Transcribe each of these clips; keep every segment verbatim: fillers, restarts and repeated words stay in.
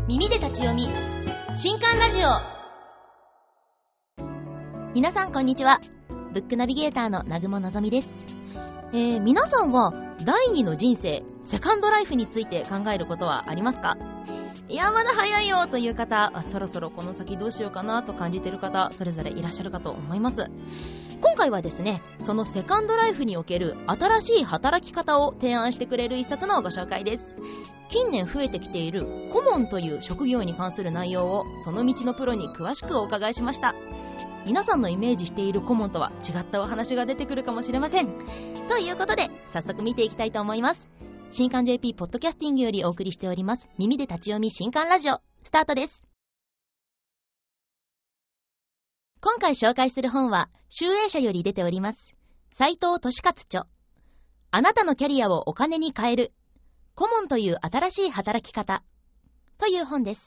耳で立ち読み新刊ラジオ。皆さんこんにちは。ブックナビゲーターの南雲のぞみです。えー、皆さんは第二の人生、セカンドライフについて考えることはありますか？いやまだ早いよという方、そろそろこの先どうしようかなと感じている方、それぞれいらっしゃるかと思います。今回はですね、そのセカンドライフにおける新しい働き方を提案してくれる一冊のご紹介です。近年増えてきている顧問という職業に関する内容をその道のプロに詳しくお伺いしました。皆さんのイメージしている顧問とは違ったお話が出てくるかもしれません。ということで早速見ていきたいと思います。新刊 ジェーピー ポッドキャスティングよりお送りしております耳で立ち読み新刊ラジオ、スタートです。今回紹介する本は集英社より出ております斉藤利勝著、あなたのキャリアをお金に変える顧問という新しい働き方という本です。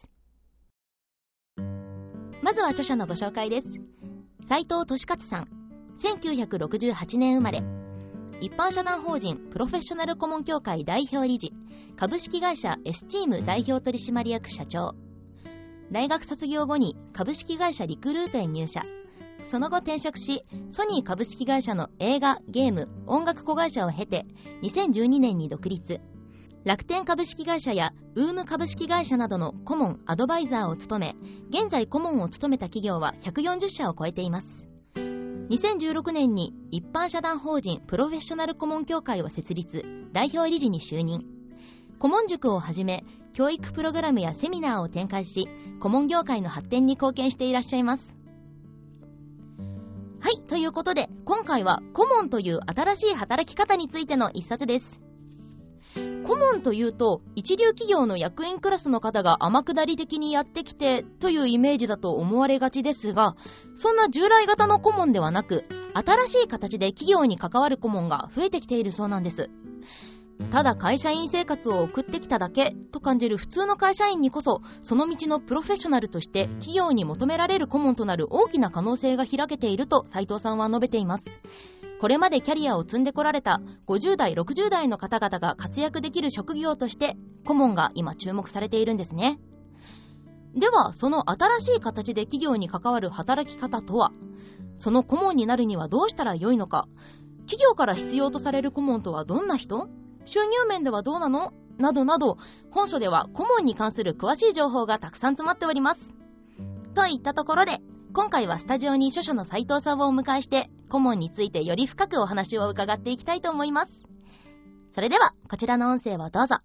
まずは著者のご紹介です。斉藤利勝さん、せんきゅうひゃくろくじゅうはちねん生まれ、一般社団法人プロフェッショナル顧問協会代表理事、株式会社エスチーム代表取締役社長。大学卒業後に株式会社リクルートへ入社、その後転職しソニー株式会社の映画、ゲーム、音楽子会社を経てにせんじゅうにねんに独立。楽天株式会社やウーム株式会社などの顧問アドバイザーを務め、現在顧問を務めた企業はひゃくよんじゅっしゃを超えています。にせんじゅうろくねんに一般社団法人プロフェッショナル顧問協会を設立、代表理事に就任。顧問塾をはじめ教育プログラムやセミナーを展開し、顧問業界の発展に貢献していらっしゃいます。はい、ということで今回は顧問という新しい働き方についての一冊です。顧問というと一流企業の役員クラスの方が天下り的にやってきてというイメージだと思われがちですが、そんな従来型の顧問ではなく、新しい形で企業に関わる顧問が増えてきているそうなんです。ただ会社員生活を送ってきただけと感じる普通の会社員にこそ、その道のプロフェッショナルとして企業に求められる顧問となる大きな可能性が開けていると斉藤さんは述べています。これまでキャリアを積んでこられたごじゅうだいろくじゅうだいの方々が活躍できる職業として顧問が今注目されているんですね。ではその新しい形で企業に関わる働き方とは、その顧問になるにはどうしたらよいのか、企業から必要とされる顧問とはどんな人、収入面ではどうなのなどなど、本書では顧問に関する詳しい情報がたくさん詰まっております。といったところで今回はスタジオに著者の斉藤さんをお迎えして顧問についてより深くお話を伺っていきたいと思います。それではこちらの音声をどうぞ。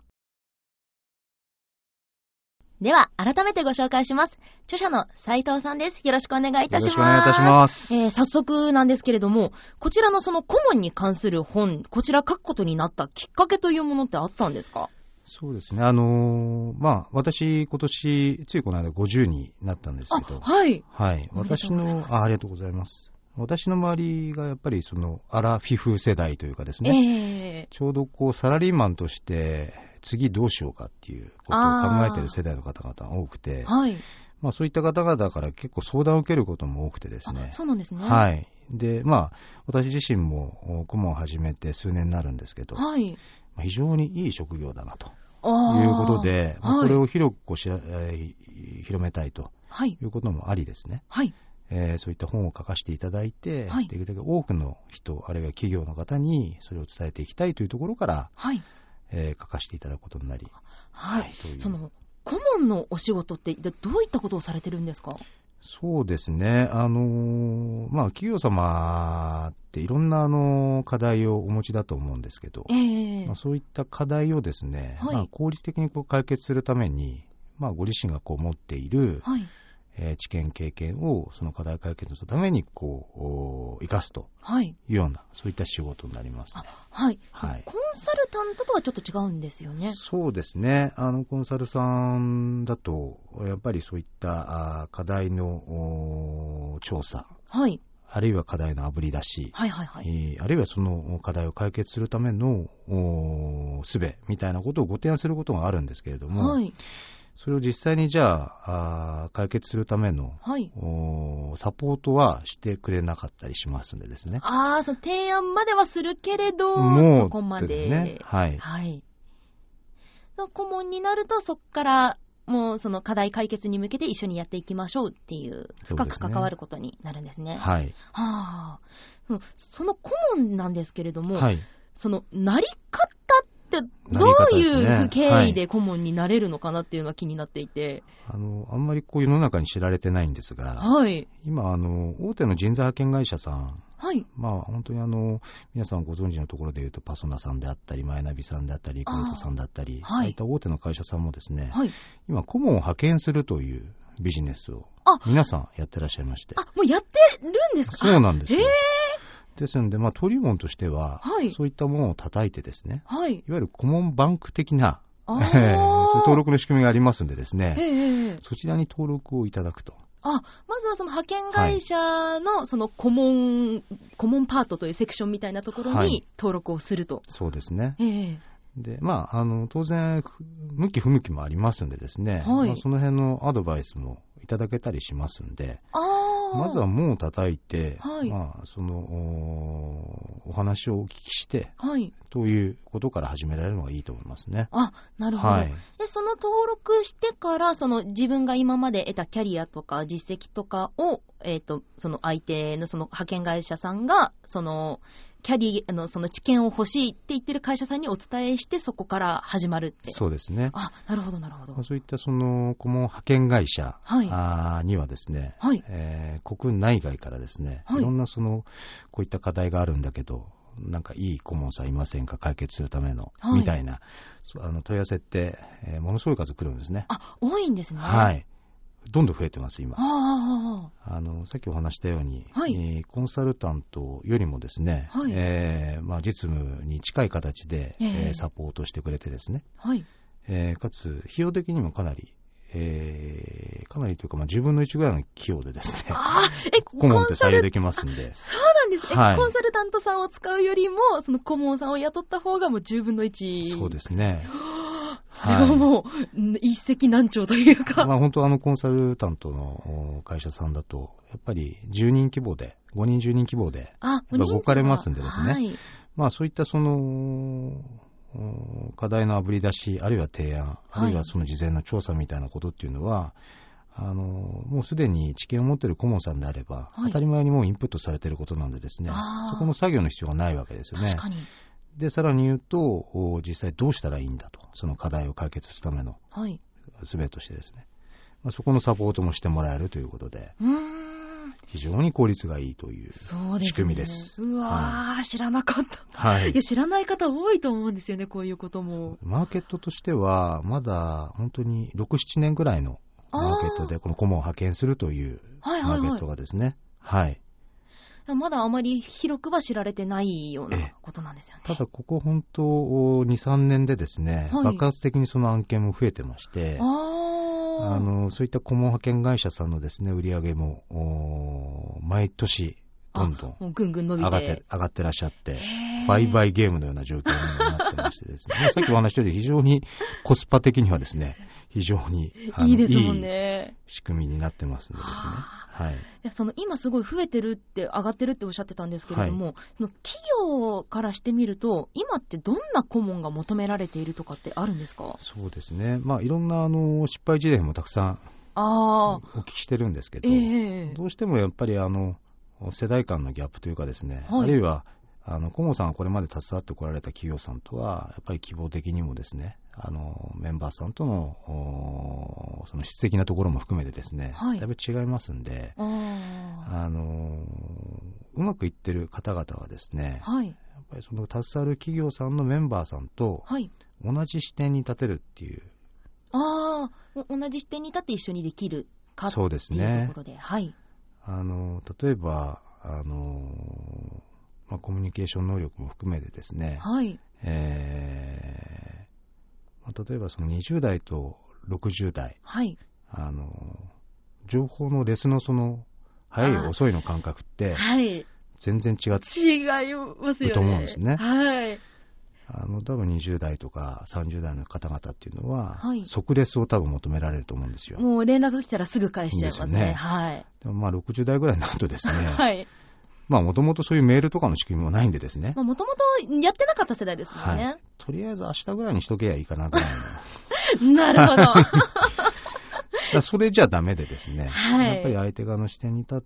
では改めてご紹介します。著者の斉藤さんです。よろしくお願いいたします。 よろしくお願いいたします。 えー、早速なんですけれども、こちらのその顧問に関する本、こちら書くことになったきっかけというものってあったんですか？ そうですね。あのー、まあ、私、今年、ついこの間ごじゅうになったんですけど。 はい。 はい。私の、あ、ありがとうございます。私の周りがやっぱりその、アラフィフ世代というかですね。えー、ちょうどこう、サラリーマンとして、次どうしようかっていうことを考えている世代の方々が多くて。はい。まあ、そういった方々から結構相談を受けることも多くてですね。 そうなんですね。 はい。で、まあ、私自身も顧問を始めて数年になるんですけど。はい。非常にいい職業だなということで、まあ、これを広くこうしら、えー、広めたいということもありですね、はい、えー、そういった本を書かせていただいて、はい、できるだけ多くの人あるいは企業の方にそれを伝えていきたいというところから、はい、えー、書かせていただくことになり、 はいはい、その顧問のお仕事ってどういったことをされてるんですか？ そうですね、あのーまあ、企業様っていろんなあの課題をお持ちだと思うんですけど、えーまあ、そういった課題をですね、はい、まあ、効率的にこう解決するために、まあ、ご自身がこう持っている、はい、えー、知見経験をその課題解決のためにこう生かすというような、はい、そういった仕事になりますね。 はいはい、コンサルタントとはちょっと違うんですよね。 そうですね、あのコンサルさんだとやっぱりそういった課題の調査、はい、あるいは課題のあぶり出し、はいはいはい、えー、あるいはその課題を解決するための術みたいなことをご提案することがあるんですけれども、はい、それを実際にじゃ あ, あ解決するための、はい、サポートはしてくれなかったりしますのでですね。 ああ、その提案まではするけれどもそこまで、 ね、はい、はい、 顧問になるとそこからもうその課題解決に向けて一緒にやっていきましょうっていう深く関わることになるんですね。 はい。 はあ。その顧問なんですけれども、 はい、 そのなり方ってどういう経緯で顧問になれるのかなっていうのは気になっていて、 はい、あのあんまりこう世の中に知られてないんですが、 はい、 今あの大手の人材派遣会社さん、 はい、 まあ本当にあの皆さんご存知のところでいうとパソナさんであったりマイナビさんであったりリクルートさんであったり、ああいった大手の会社さんもですね、はい、今顧問を派遣するというビジネスを皆さんやってらっしゃいまして。 あ、もうやってるんですか？ そうなんですよ。ですので、まあ、登竜門としては、はい、そういったものを叩いてですね、はい、いわゆる顧問バンク的な、そういう登録の仕組みがありますんでですね、そちらに登録をいただくと。 あ、まずはその派遣会社のその顧問、はい、顧問パートというセクションみたいなところに登録をすると。はい、 そうですね。えーでまあ、あの当然、向き不向きもありますんでですね、はい、まあ、その辺のアドバイスもいただけたりしますんで、あまずは門を叩いて、はい、まあ、その お, お話をお聞きして、はい、ということから始められるのがいいと思いますね。 あ、なるほど。はい、でその登録してからその自分が今まで得たキャリアとか実績とかを、えーと、その相手のその派遣会社さんがそのキャリアのその知見を欲しいって言ってる会社さんにお伝えしてそこから始まるって。 そうですね。 あ、なるほどなるほど。 まあ、そういったその顧問派遣会社、はい、あにはですね、はい、えー、国内外からですね、はい、いろんなそのこういった課題があるんだけどなんかいい顧問さんいませんか解決するための、はい、みたいなあの問い合わせって、えー、ものすごい数来るんですね。 あ、多いんですね。 はい。どんどん増えてます今。 ああのさっきお話したように、はい、えー、コンサルタントよりもですね、はい、えーまあ、実務に近い形で、えーえー、サポートしてくれてですね、はい、えー、かつ費用的にもかなり、えー、かなりというか、まあ、じゅうぶんのいちぐらいの費用でですね、 あえ顧問って採用できますんで。 そうなんですね、はい、コンサルタントさんを使うよりもその顧問さんを雇った方がもうじゅうぶんのいち。 そうですね。 それはもう、はい、一石何鳥というか、 まあ、本当あのコンサルタントの会社さんだとやっぱりじゅうにん規模でごにんじゅうにん規模で動かれますんでですね、はい、まあ、そういったその課題のあぶり出しあるいは提案、あるいはその事前の調査みたいなことっていうのは、あのもうすでに知見を持っている顧問さんであれば、はい、当たり前にもうインプットされていることなんでですね、そこの作業の必要がないわけですよね。 確かに。 でさらに言うと実際どうしたらいいんだと、その課題を解決するための術としてですね、まあ、そこのサポートもしてもらえるということで、うーん、非常に効率がいいという仕組みです。 そうですね。うわー、はい、知らなかった、 はい、 いや知らない方多いと思うんですよね、こういうことも。 マーケットとしてはまだ本当にろく、ななねんぐらいのマーケットでこの顧問を派遣するというマーケットがですね、はい、はいはい、 まだあまり広くは知られてないようなことなんですよね。 ただここ本当に、さんねんでですね、はい、爆発的にその案件も増えてまして、ああのそういった顧問派遣会社さんのですね売り上げも毎年どんどんぐんぐん伸びて上がって上がってらっしゃって、売買ゲームのような状況になってましてですねさっきお話したように非常にコスパ的にはですね非常にあのいいですもんね、 いい仕組みになってますんでですね、はい、いやその今すごい増えてるって上がってるっておっしゃってたんですけれども、はい、その企業からしてみると今ってどんな顧問が求められているとかってあるんですか？ そうですね、まあ、いろんなあの失敗事例もたくさんあお聞きしてるんですけど、えー、どうしてもやっぱりあの世代間のギャップというかですね、はい、あるいはあの顧問さんがこれまで携わってこられた企業さんとはやっぱり希望的にもですね、あのメンバーさんとのその質的なところも含めてですね、はい、だいぶ違いますんで、あのうまくいってる方々はですね、はい、やっぱりその携わる企業さんのメンバーさんと同じ視点に立てるっていう、 はい、あ同じ視点に立って一緒にできるかっていうところで、はい、 あの例えばあの、まあ、コミュニケーション能力も含めてですね、はいえーまあ、例えばそのにじゅう代とろくじゅう代、はい、あの情報のレスのその早い遅いの感覚って全然違って違いますよねと思うんですね。 はい、 あの多分にじゅう代とかさんじゅう代の方々っていうのは、はい、即レスを多分求められると思うんですよ。 もう連絡来たらすぐ返しちゃいますね。はい、 でもまあろくじゅう代ぐらいになるとですね、はい、まあもともとそういうメールとかの仕組みもないんでですね、 もともとやってなかった世代ですもんね、はい、 とりあえず明日ぐらいにしとけばいいかなぐらいのなるほどだそれじゃダメでですね、はい、やっぱり相手側の視点に立って、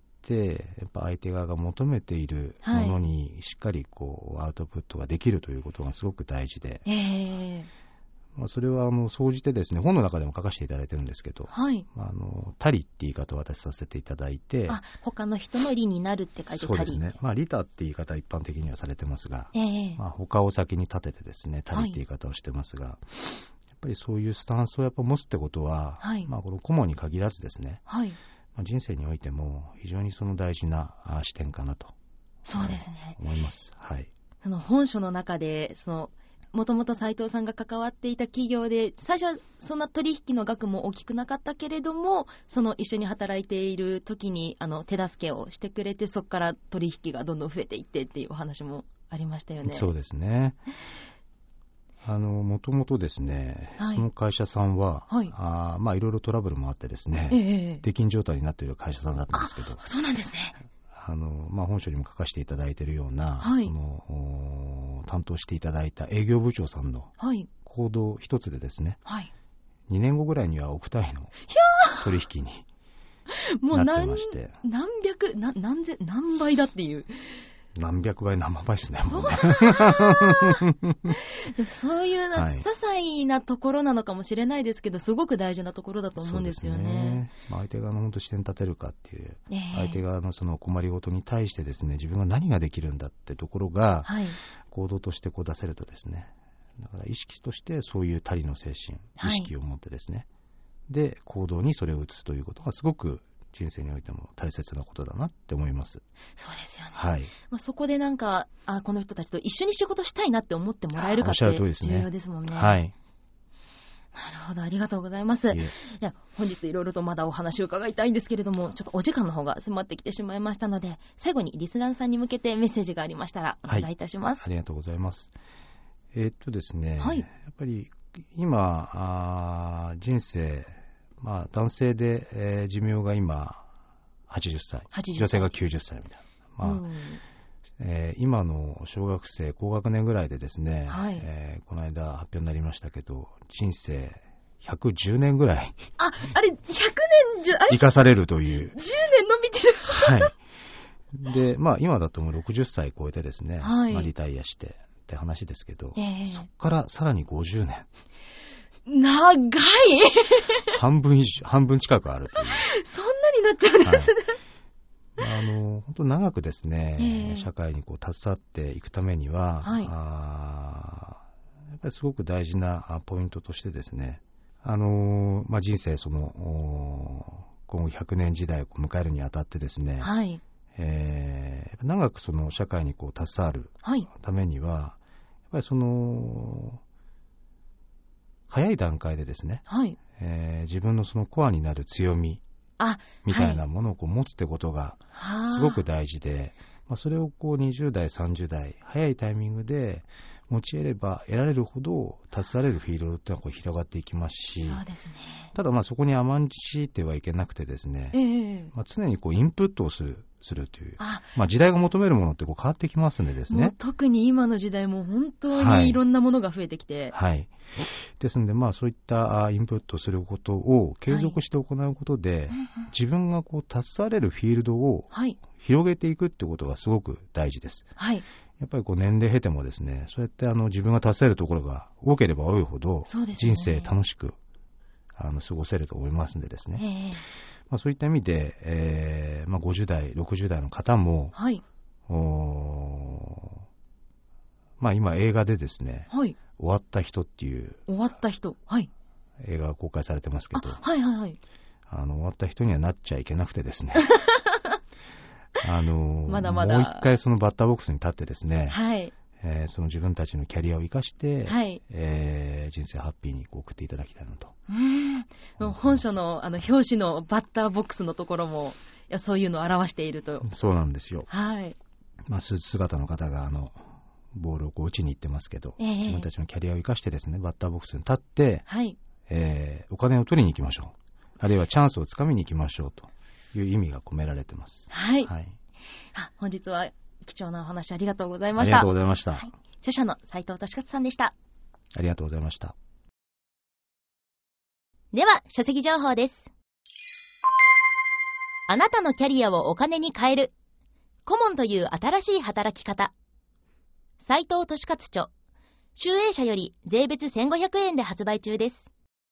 やっぱ相手側が求めているものにしっかりこうアウトプットができるということがすごく大事で、えーまあ、それはあの総じてですね、本の中でも書かせていただいてるんですけど、はい、あの他利って言い方を私させていただいて、 あ、他の人の利になるって書いて他利。 そうですね、まあ、利他って言い方は一般的にはされてますが、えーまあ、他を先に立ててですね、他利って言い方をしてますが、はい、やっぱりそういうスタンスをやっぱ持つってことは、はい、まあ、この顧問に限らずですね、はいまあ、人生においても非常にその大事な視点かなと。 そうですね、 思います。はい。 その本書の中でそのもともと斉藤さんが関わっていた企業で、最初はそんな取引の額も大きくなかったけれども、その一緒に働いている時にあの手助けをしてくれて、そこから取引がどんどん増えていってっていうお話もありましたよね。 そうですね。あのもともとですね、はい、その会社さんは、はい、あまあいろいろトラブルもあってですね、ええ、出禁状態になっている会社さんだったんですけど、 そうなんですね。 あのまあ、本書にも書かせていただいているような、はい、その担当していただいた営業部長さんの行動一つでですね、はい、にねんごぐらいには億単位の取引になってまして、 もう 何, 何百な 何, 千何倍だっていう何百倍何万倍ですね、もうねそういうな、はい、些細なところなのかもしれないですけど、すごく大事なところだと思うんですよね。そうですね、 まあ、相手側の本当視点立てるかっていう、えー、相手側のその困りごとに対してですね、自分が何ができるんだってところが、はい、行動としてこう出せるとですね、だから意識としてそういう他利の精神、意識を持ってですね、はい、で行動にそれを移すということがすごく人生においても大切なことだなって思います。 そうですよね、 はい、 まあ、そこでなんかあこの人たちと一緒に仕事したいなって思ってもらえるかって重要ですもんね。はい、なるほど、ありがとうございます。いや本日いろいろとまだお話を伺いたいんですけれども、ちょっとお時間の方が迫ってきてしまいましたので、最後にリスナーさんに向けてメッセージがありましたらお願いいたします。 はい、ありがとうございます。えー、っとですね、はい、やっぱり今あ人生、まあ、男性で、えー、寿命が今はちじゅっさい、はちじゅっさい、女性がきゅうじゅっさいみたいな、まあえー、今の小学生高学年ぐらいでですね、はいえー、この間発表になりましたけど、人生ひゃくじゅうねんぐらいあ、あれひゃくねんじゅあれ生かされるという、じゅうねん伸びてるはいで、まあ、今だともうろくじゅっさい超えてですね、はいまあ、リタイアしてって話ですけど、えー、そこからさらにごじゅうねん長い半分以上、半分近くあるというそんなになっちゃうんですね、 はい、あの本当長くですね、えー、社会にこう携わっていくためには、はい、あやっぱりすごく大事なポイントとしてですね、あの、まあ、人生その今後ひゃくねん時代を迎えるにあたってですね、はいえー、長くその社会にこう携わるためには、はい、やっぱりその早い段階でですね、はいえー、自分のそのコアになる強みみたいなものをこう持つってことがすごく大事で、まあ、それをこうにじゅう代さんじゅう代早いタイミングで持ち得れば得られるほど携われるフィールドっていうのはこう広がっていきますし、 そうですね、 ただまあそこに甘んじてはいけなくてですね、えーまあ、常にこうインプットをするするという、あ、まあ、時代が求めるものってこう変わってきますんでですね、もう特に今の時代も本当にいろんなものが増えてきて、 はい、はい、ですので、まあ、そういったインプットすることを継続して行うことで、はい、自分がこう携われるフィールドを広げていくってことがすごく大事です、はい、やっぱりこう年齢経てもですね、そうやってあの自分が携わるところが多ければ多いほど、そうですね、人生楽しくあの過ごせると思いますんでですね、えーまあ、そういった意味で、えーまあ、ごじゅう代ろくじゅう代の方も、はい、おまあ、今映画でですね、はい、終わった人っていう終わった人、はい、 映画が公開されてますけど、 はいはいはい、 あの終わった人にはなっちゃいけなくてですねあのまだまだもう一回そのバッターボックスに立ってですね、 はいえー、その自分たちのキャリアを生かして、はいえー、人生ハッピーにこう送っていただきたいなと。 うーん、本書 の, あの表紙のバッターボックスのところもいやそういうのを表していると。 そうなんですよ、 はいまあ、スーツ姿の方があのボールをこう打ちに行ってますけど、えー、自分たちのキャリアを生かしてですねバッターボックスに立って、はいえー、お金を取りに行きましょう、あるいはチャンスをつかみに行きましょうという意味が込められてます。 はい、はい、あ本日は貴重なお話ありがとうございました。 ありがとうございました、はい、 著者の斉藤俊勝さんでした。 ありがとうございました。 では書籍情報です。 あなたのキャリアをお金に変える。顧問という新しい働き方。斉藤利勝著。集英社より税別せんごひゃくえんで発売中です。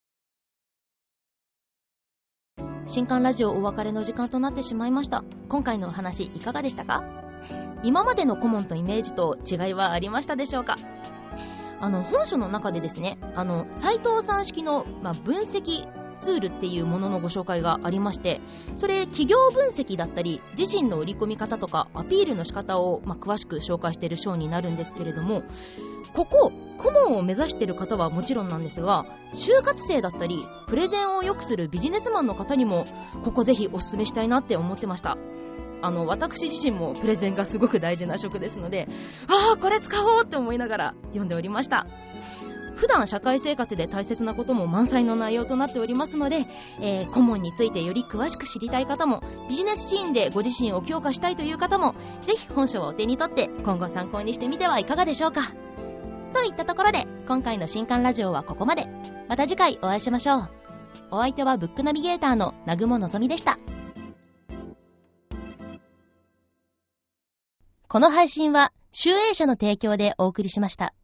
新刊ラジオお別れの時間となってしまいました。今回のお話いかがでしたか？今までの顧問とイメージと違いはありましたでしょうか？あの本書の中でですね、あの斉藤さん式の、まあ、分析ツールっていうもののご紹介がありまして、それ企業分析だったり自身の売り込み方とかアピールの仕方を、まあ、詳しく紹介している章になるんですけれども、ここ顧問を目指している方はもちろんなんですが、就活生だったりプレゼンを良くするビジネスマンの方にもここぜひお勧めしたいなって思ってました。あの私自身もプレゼンがすごく大事な職ですので、ああこれ使おうって思いながら読んでおりました。普段社会生活で大切なことも満載の内容となっておりますので、えー、顧問についてより詳しく知りたい方も、ビジネスシーンでご自身を強化したいという方も、ぜひ本書をお手に取って今後参考にしてみてはいかがでしょうか。といったところで今回の新刊ラジオはここまで。また次回お会いしましょう。お相手はブックナビゲーターの南雲のぞみでした。この配信は集英社の提供でお送りしました。